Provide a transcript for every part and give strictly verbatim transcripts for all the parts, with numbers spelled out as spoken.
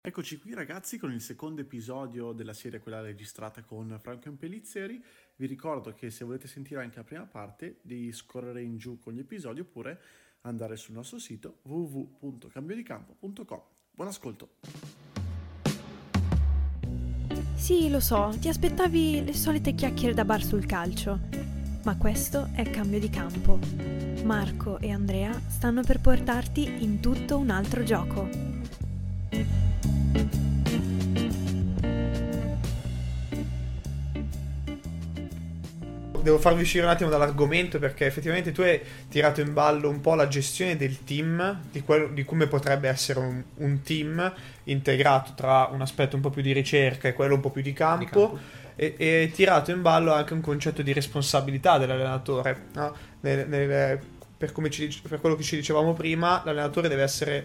Eccoci qui ragazzi con il secondo episodio della serie, quella registrata con Franco Impellizzeri. Vi ricordo che se volete sentire anche la prima parte di scorrere in giù con gli episodi oppure andare sul nostro sito w w w punto cambio di campo punto com. Buon ascolto! Sì, lo so, ti aspettavi le solite chiacchiere da bar sul calcio, ma questo è Cambio di Campo. Marco e Andrea stanno per portarti in tutto un altro gioco. Devo farvi uscire un attimo dall'argomento perché effettivamente tu hai tirato in ballo un po' la gestione del team, di, quello, di come potrebbe essere un, un team integrato tra un aspetto un po' più di ricerca e quello un po' più di campo, di campo. E, e hai tirato in ballo anche un concetto di responsabilità dell'allenatore, no? nel, nel, per, come ci, per quello che ci dicevamo prima, l'allenatore deve essere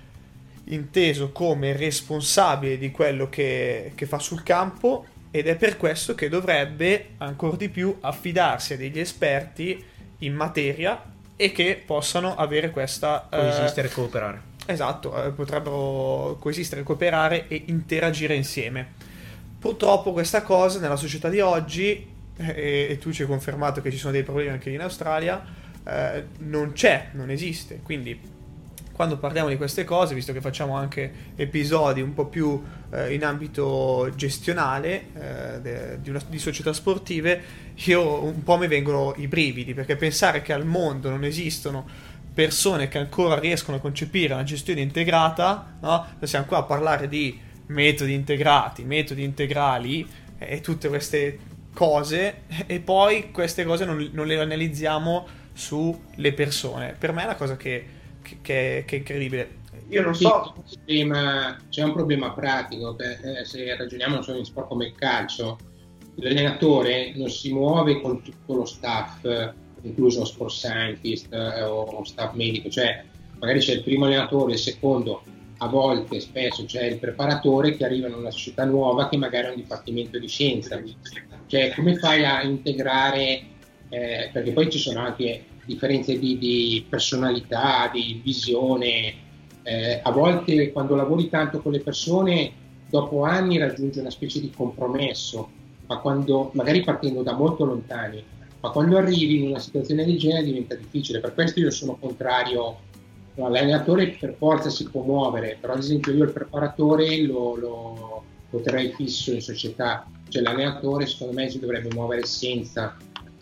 inteso come responsabile di quello che, che fa sul campo, ed è per questo che dovrebbe ancora di più affidarsi a degli esperti in materia e che possano avere questa coesistere eh, e cooperare. Esatto, eh, potrebbero coesistere, cooperare e interagire insieme. Purtroppo questa cosa nella società di oggi, eh, e tu ci hai confermato che ci sono dei problemi anche in Australia, eh, non c'è, non esiste. Quindi quando parliamo di queste cose, visto che facciamo anche episodi un po' più eh, in ambito gestionale eh, de, di, una, di società sportive, io un po' mi vengono i brividi, perché pensare che al mondo non esistono persone che ancora riescono a concepire una gestione integrata, no? Siamo qua a parlare di metodi integrati, metodi integrali e tutte queste cose, e poi queste cose non, non le analizziamo sulle persone. Per me è una cosa che Che, che è incredibile. Io non so, c'è un problema pratico, eh, se ragioniamo solo in sport come il calcio, l'allenatore non si muove con tutto lo staff, incluso sport scientist eh, o staff medico, cioè magari c'è il primo allenatore, il secondo, a volte, spesso c'è il preparatore che arriva in una società nuova che magari ha un dipartimento di scienza, cioè come fai a integrare, eh, perché poi ci sono anche differenze di, di personalità, di visione, eh, a volte quando lavori tanto con le persone dopo anni raggiungi una specie di compromesso, ma quando magari partendo da molto lontani, ma quando arrivi in una situazione del genere diventa difficile. Per questo io sono contrario, no, l'allenatore per forza si può muovere, però ad esempio io il preparatore lo, lo, lo terrei fisso in società, cioè l'allenatore secondo me si dovrebbe muovere senza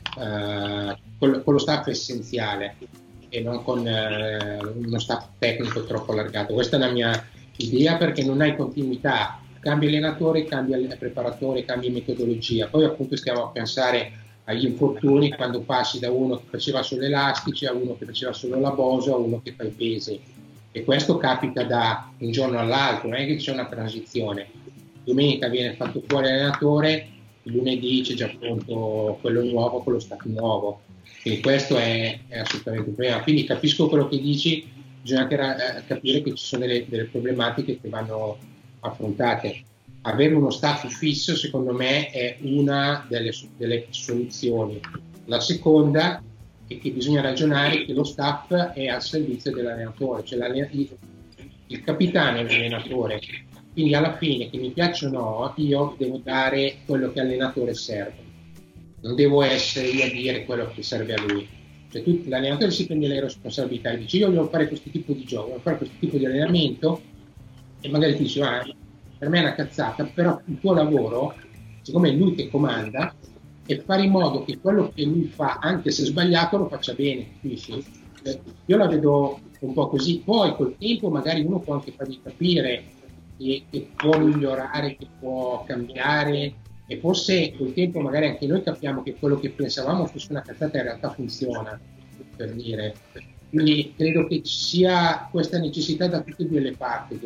Uh, con, con lo staff essenziale e non con uh, uno staff tecnico troppo allargato. Questa è la mia idea, perché non hai continuità, cambia allenatore, cambia il preparatore, cambia metodologia, poi appunto stiamo a pensare agli infortuni quando passi da uno che faceva solo elastici a uno che faceva solo la boso a uno che fa i pesi, e questo capita da un giorno all'altro, non è che c'è una transizione. Domenica viene fatto fuori l'allenatore, il lunedì c'è già pronto quello nuovo, quello staff nuovo, e questo è, è assolutamente un problema. Quindi capisco quello che dici, bisogna anche ra- capire che ci sono delle, delle problematiche che vanno affrontate. Avere uno staff fisso secondo me è una delle, delle soluzioni. La seconda è che bisogna ragionare che lo staff è al servizio dell'allenatore, cioè il, il capitano è l'allenatore. Quindi alla fine, che mi piaccia o no, io devo dare quello che all'allenatore serve. Non devo essere io a dire quello che serve a lui. Cioè tu, l'allenatore si prende le responsabilità e dice io voglio fare questo tipo di gioco, voglio fare questo tipo di allenamento, e magari ti dice ah, per me è una cazzata, però il tuo lavoro, siccome è lui che comanda, è fare in modo che quello che lui fa, anche se sbagliato, lo faccia bene, capisci? Io la vedo un po' così. Poi col tempo magari uno può anche fargli capire che, che può migliorare, che può cambiare, e forse col tempo magari anche noi capiamo che quello che pensavamo fosse una cazzata in realtà funziona, per dire. Quindi credo che ci sia questa necessità da tutte e due le parti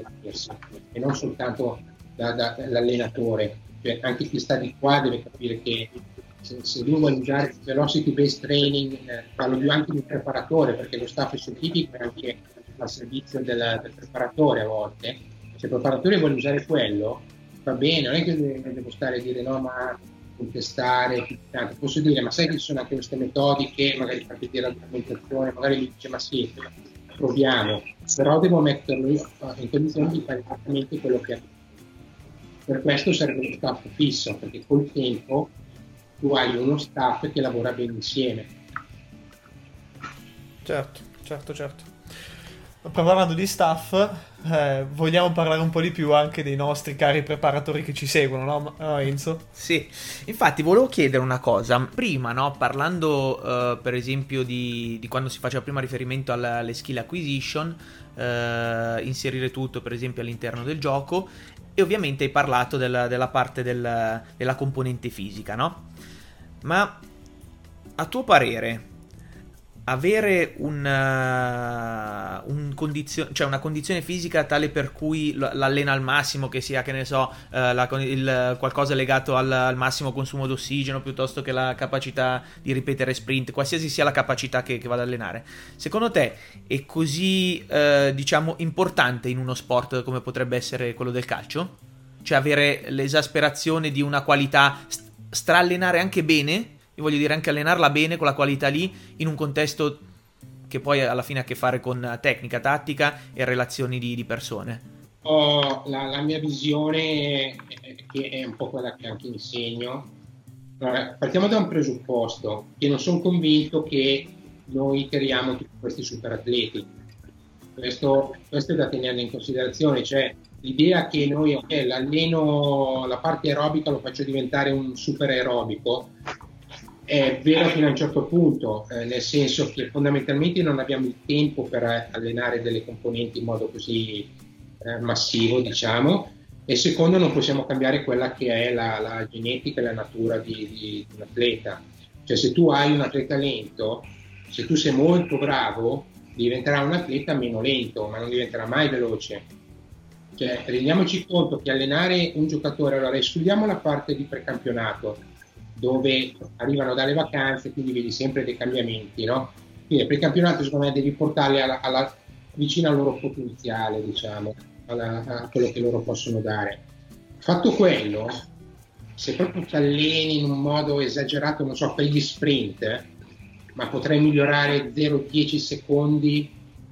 e non soltanto da, da, dall'allenatore, cioè anche chi sta di qua deve capire che se, se lui vuole usare velocity based training, eh, parlo più anche di un preparatore, perché lo staff scientifico è anche al servizio del, del preparatore a volte. Se il preparatore vuole usare quello, va bene, non è che devo stare a dire no, ma contestare, tanto. Posso dire, ma sai che ci sono anche queste metodiche, magari fate dire l'argomentazione, magari mi dice ma sì, proviamo, però devo metterlo in condizione di fare esattamente quello che è. Per questo serve uno staff fisso, perché col tempo tu hai uno staff che lavora bene insieme. Certo, certo, certo. Parlando di staff, eh, vogliamo parlare un po' di più anche dei nostri cari preparatori che ci seguono, no, no Enzo? Sì, infatti volevo chiedere una cosa. Prima, no, parlando uh, per esempio di, di quando si faceva prima riferimento alla, alle skill acquisition, uh, inserire tutto per esempio all'interno del gioco, e ovviamente hai parlato della, della parte del, della componente fisica, no? Ma a tuo parere avere una, un condizio- cioè una condizione fisica tale per cui l'allena al massimo, che sia, che ne so, eh, la, il, qualcosa legato al, al massimo consumo d'ossigeno, piuttosto che la capacità di ripetere sprint, qualsiasi sia la capacità che, che vada ad allenare, secondo te è così eh, diciamo importante in uno sport come potrebbe essere quello del calcio? Cioè avere l'esasperazione di una qualità, st- strallenare anche bene, io voglio dire anche allenarla bene con la qualità lì, in un contesto che poi alla fine ha a che fare con tecnica, tattica e relazioni di, di persone. Oh, la, la mia visione, è, che è un po' quella che anche insegno. Allora, partiamo da un presupposto, che non sono convinto che noi creiamo tutti questi superatleti. Questo, questo è da tenere in considerazione, cioè l'idea che noi okay, l'alleno, la parte aerobica lo faccio diventare un super aerobico, è vero fino a un certo punto, eh, nel senso che fondamentalmente non abbiamo il tempo per allenare delle componenti in modo così eh, massivo, diciamo, e secondo non possiamo cambiare quella che è la, la genetica e la natura di, di, di un atleta. Cioè se tu hai un atleta lento, se tu sei molto bravo, diventerà un atleta meno lento, ma non diventerà mai veloce. Cioè rendiamoci conto che allenare un giocatore, allora escludiamo la parte di precampionato, dove arrivano dalle vacanze, quindi vedi sempre dei cambiamenti, no? Quindi per il campionato secondo me devi portarli alla, alla, vicino al loro potenziale, diciamo, alla, a quello che loro possono dare. Fatto quello, se proprio ti alleni in un modo esagerato, non so, per gli sprint, eh, ma potrei migliorare zero virgola dieci secondi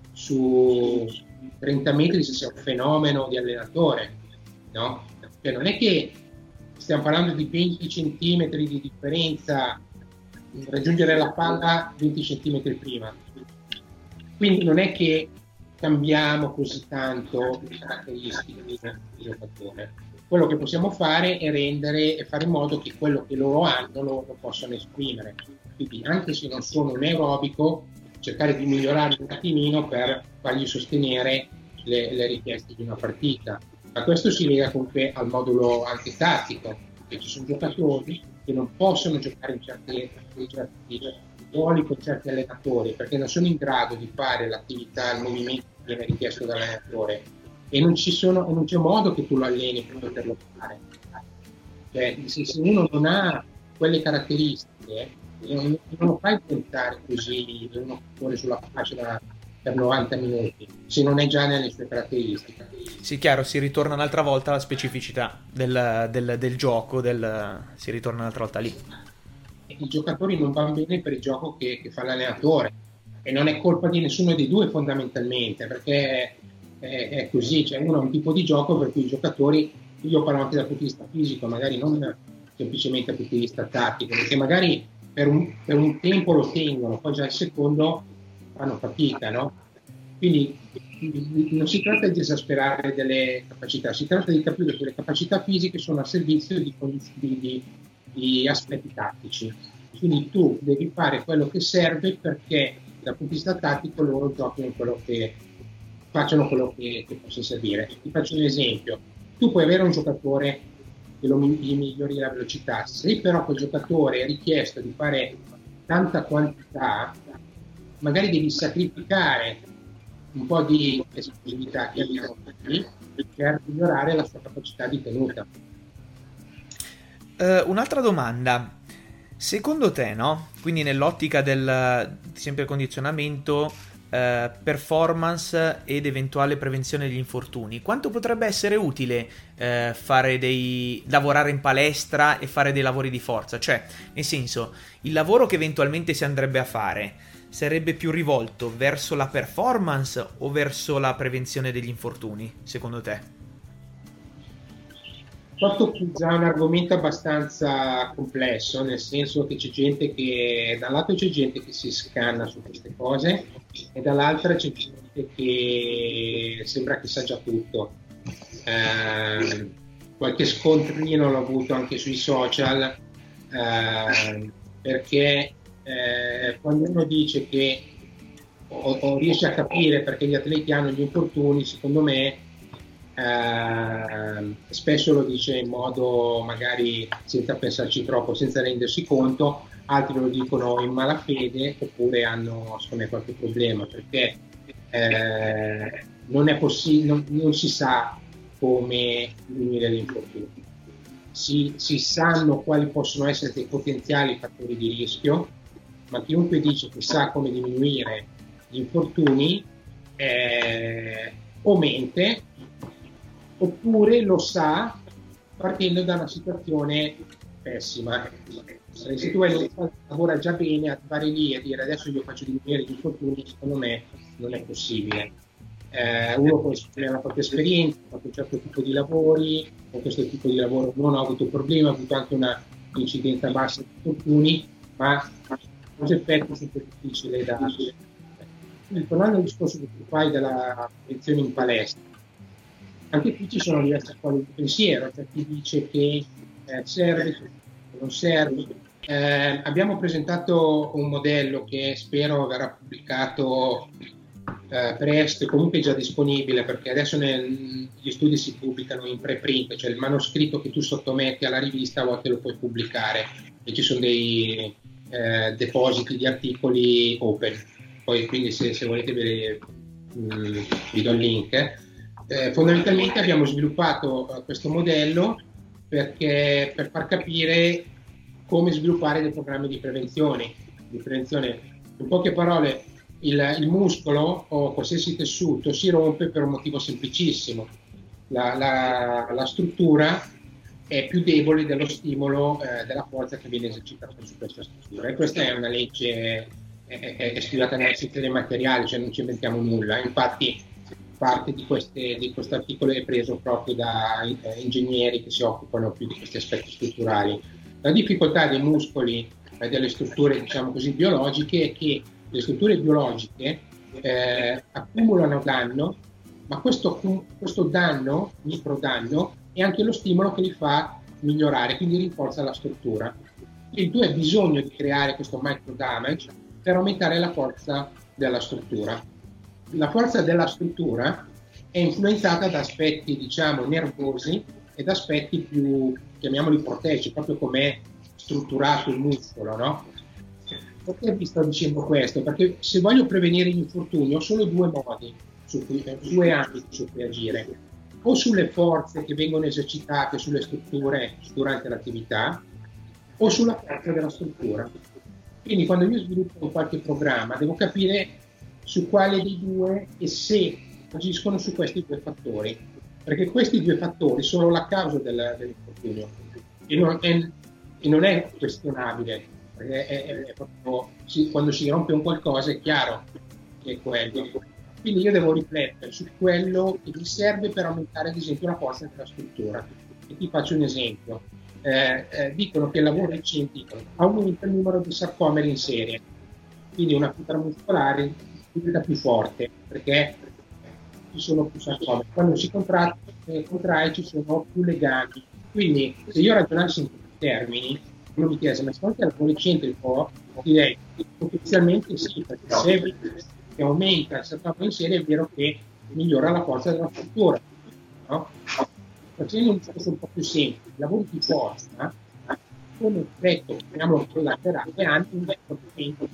su trenta metri se sei un fenomeno di allenatore, no? Cioè non è che stiamo parlando di venti centimetri di differenza, raggiungere la palla venti centimetri prima. Quindi non è che cambiamo così tanto le caratteristiche del giocatore. Quello che possiamo fare è rendere e fare in modo che quello che loro hanno lo, lo possano esprimere. Quindi anche se non sono un aerobico, cercare di migliorare un attimino per fargli sostenere le, le richieste di una partita. Ma questo si lega comunque al modulo anche tattico, che ci sono giocatori che non possono giocare in certi, in certi ruoli con certi allenatori perché non sono in grado di fare l'attività, il movimento che viene richiesto dall'allenatore, e non ci sono, non c'è modo che tu lo alleni per poterlo fare. Cioè, se, se uno non ha quelle caratteristiche, non, non lo fai diventare così uno che corre sulla fascia per novanta minuti, se non è già nelle sue caratteristiche. Sì, chiaro, si ritorna un'altra volta alla specificità del, del, del gioco, del, si ritorna un'altra volta lì. I giocatori non vanno bene per il gioco che, che fa l'allenatore, e non è colpa di nessuno dei due fondamentalmente, perché è, è così, cioè uno ha un tipo di gioco per cui i giocatori, io parlo anche dal punto di vista fisico, magari non semplicemente dal punto di vista tattico, perché magari per un, per un tempo lo tengono, poi già il secondo fanno fatica, no? Quindi non si tratta di esasperare delle capacità, si tratta di capire che le capacità fisiche sono a servizio di, di, di, di aspetti tattici. Quindi tu devi fare quello che serve perché dal punto di vista tattico loro giochino quello che facciano quello che, che possa servire. Ti faccio un esempio: tu puoi avere un giocatore che lo gli migliori la velocità, se però quel giocatore è richiesto di fare tanta quantità, magari devi sacrificare un po' di esplosività che abbiamo qui per migliorare la sua capacità di tenuta. Uh, un'altra domanda. Secondo te, no? Quindi nell'ottica del sempre condizionamento, eh, performance ed eventuale prevenzione degli infortuni, quanto potrebbe essere utile eh, fare dei lavorare in palestra e fare dei lavori di forza? Cioè, nel senso, il lavoro che eventualmente si andrebbe a fare sarebbe più rivolto verso la performance o verso la prevenzione degli infortuni, secondo te? Questo è già un argomento abbastanza complesso, nel senso che c'è gente che, da un lato c'è gente che si scanna su queste cose e dall'altra c'è gente che sembra che sa già tutto. Eh, qualche scontrino l'ho avuto anche sui social, eh, perché eh, quando uno dice che o, o riesce a capire perché gli atleti hanno gli infortuni, secondo me Uh, spesso lo dice in modo magari senza pensarci troppo, senza rendersi conto, altri lo dicono in malafede oppure hanno secondo me qualche problema, perché eh, non è possibile, non, non si sa come diminuire gli infortuni, si, si sanno quali possono essere dei potenziali fattori di rischio, ma chiunque dice che sa come diminuire gli infortuni eh, o mente oppure lo sa partendo da una situazione pessima. Se tu hai un lavora già bene, arrivare lì e dire adesso io faccio diminuire gli infortuni, secondo me non è possibile. Eh, uno può esprimere la propria esperienza, ha fatto un certo tipo di lavori, con questo tipo di lavoro non ho avuto problemi, ho avuto anche una incidenza bassa di infortuni, ma cosa effetto è sempre difficile da... Quindi, tornando al discorso che tu fai della prevenzione in palestra, anche qui ci sono diverse scuole di pensiero, c'è chi dice che eh, serve, che non serve. Eh, abbiamo presentato un modello che spero verrà pubblicato eh, presto e comunque già disponibile, perché adesso nel, gli studi si pubblicano in preprint, cioè il manoscritto che tu sottometti alla rivista a volte lo puoi pubblicare e ci sono dei eh, depositi di articoli open. Poi quindi se, se volete ve mh, vi do il link. Eh. Eh, fondamentalmente abbiamo sviluppato uh, questo modello perché, per far capire come sviluppare dei programmi di prevenzione. Di prevenzione. In poche parole, il, il muscolo o qualsiasi tessuto si rompe per un motivo semplicissimo. La, la, la struttura è più debole dello stimolo eh, della forza che viene esercitata su questa struttura. E questa è una legge è, è, è studiata nelle scienze dei materiali, cioè non ci inventiamo nulla. Infatti parte di, queste, di questo articolo è preso proprio da eh, ingegneri che si occupano più di questi aspetti strutturali. La difficoltà dei muscoli e eh, delle strutture, diciamo così, biologiche è che le strutture biologiche eh, accumulano danno, ma questo, questo danno, microdanno, è anche lo stimolo che li fa migliorare, quindi rinforza la struttura. Quindi tu hai bisogno di creare questo micro damage per aumentare la forza della struttura. La forza della struttura è influenzata da aspetti, diciamo, nervosi e da aspetti più, chiamiamoli proteici, proprio come è strutturato il muscolo, no? Perché vi sto dicendo questo? Perché se voglio prevenire gli infortuni ho solo due modi, su cui, due ambiti su cui agire, o sulle forze che vengono esercitate sulle strutture durante l'attività, o sulla forza della struttura. Quindi quando io sviluppo qualche programma devo capire su quale dei due e se agiscono su questi due fattori, perché questi due fattori sono la causa del, dell'infortunio e non è, e non è questionabile, perché è, è, è proprio, sì, quando si rompe un qualcosa è chiaro che è quello. Quindi io devo riflettere su quello che mi serve per aumentare ad esempio la forza della struttura. E ti faccio un esempio. Eh, eh, dicono che il lavoro scientifico aumenta il numero di sarcomeri in serie, quindi una fibra muscolare diventa più forte perché ci sono più sarcomeri. Quando si contrae, eh, contrae ci sono più legami. Quindi se io ragionassi in questi termini, uno mi chiede, ma se anche lavoro eccentrico, direi potenzialmente sì, perché se che aumenta il sarcomero in serie è vero che migliora la forza della struttura, no? Facendo un discorso un po' più semplice, i lavori di forza come effetto, chiamiamolo collaterale, hanno un effetto.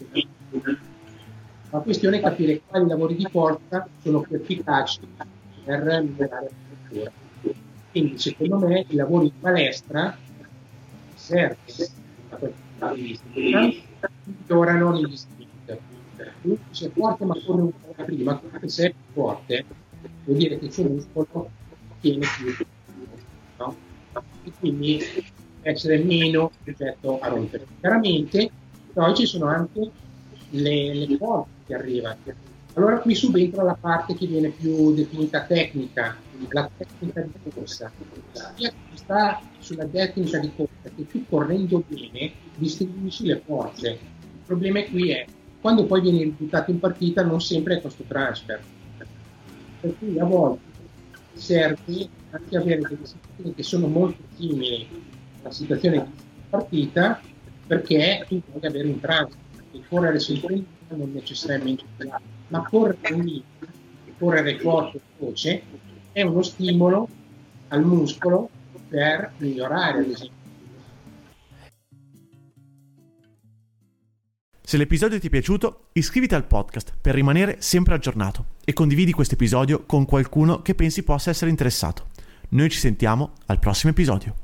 La questione è capire quali lavori di forza sono più efficaci per migliorare la struttura. Quindi secondo me i lavori in palestra servono da questo punto di vista, migliorano negli sprint. Lui se è forte ma corre un po' prima, anche se è più forte, vuol dire che il suo muscolo tiene più, no? E quindi essere meno soggetto a rompere. Chiaramente poi ci sono anche le, le forze che arrivano. Allora qui subentra la parte che viene più definita tecnica, la tecnica di corsa. Sia che sta sulla tecnica di corsa, che tu correndo bene distribuisci le forze. Il problema qui è quando poi vieni ributtato in partita non sempre è questo transfer. Per cui a volte serve anche avere delle situazioni che sono molto simili alla situazione di partita, perché tu puoi avere un transfer, perché correre sempre in non necessariamente ma correre unito, correre forte e veloce è uno stimolo al muscolo per migliorare, ad esempio. Se l'episodio ti è piaciuto, iscriviti al podcast per rimanere sempre aggiornato e condividi questo episodio con qualcuno che pensi possa essere interessato. Noi ci sentiamo al prossimo episodio.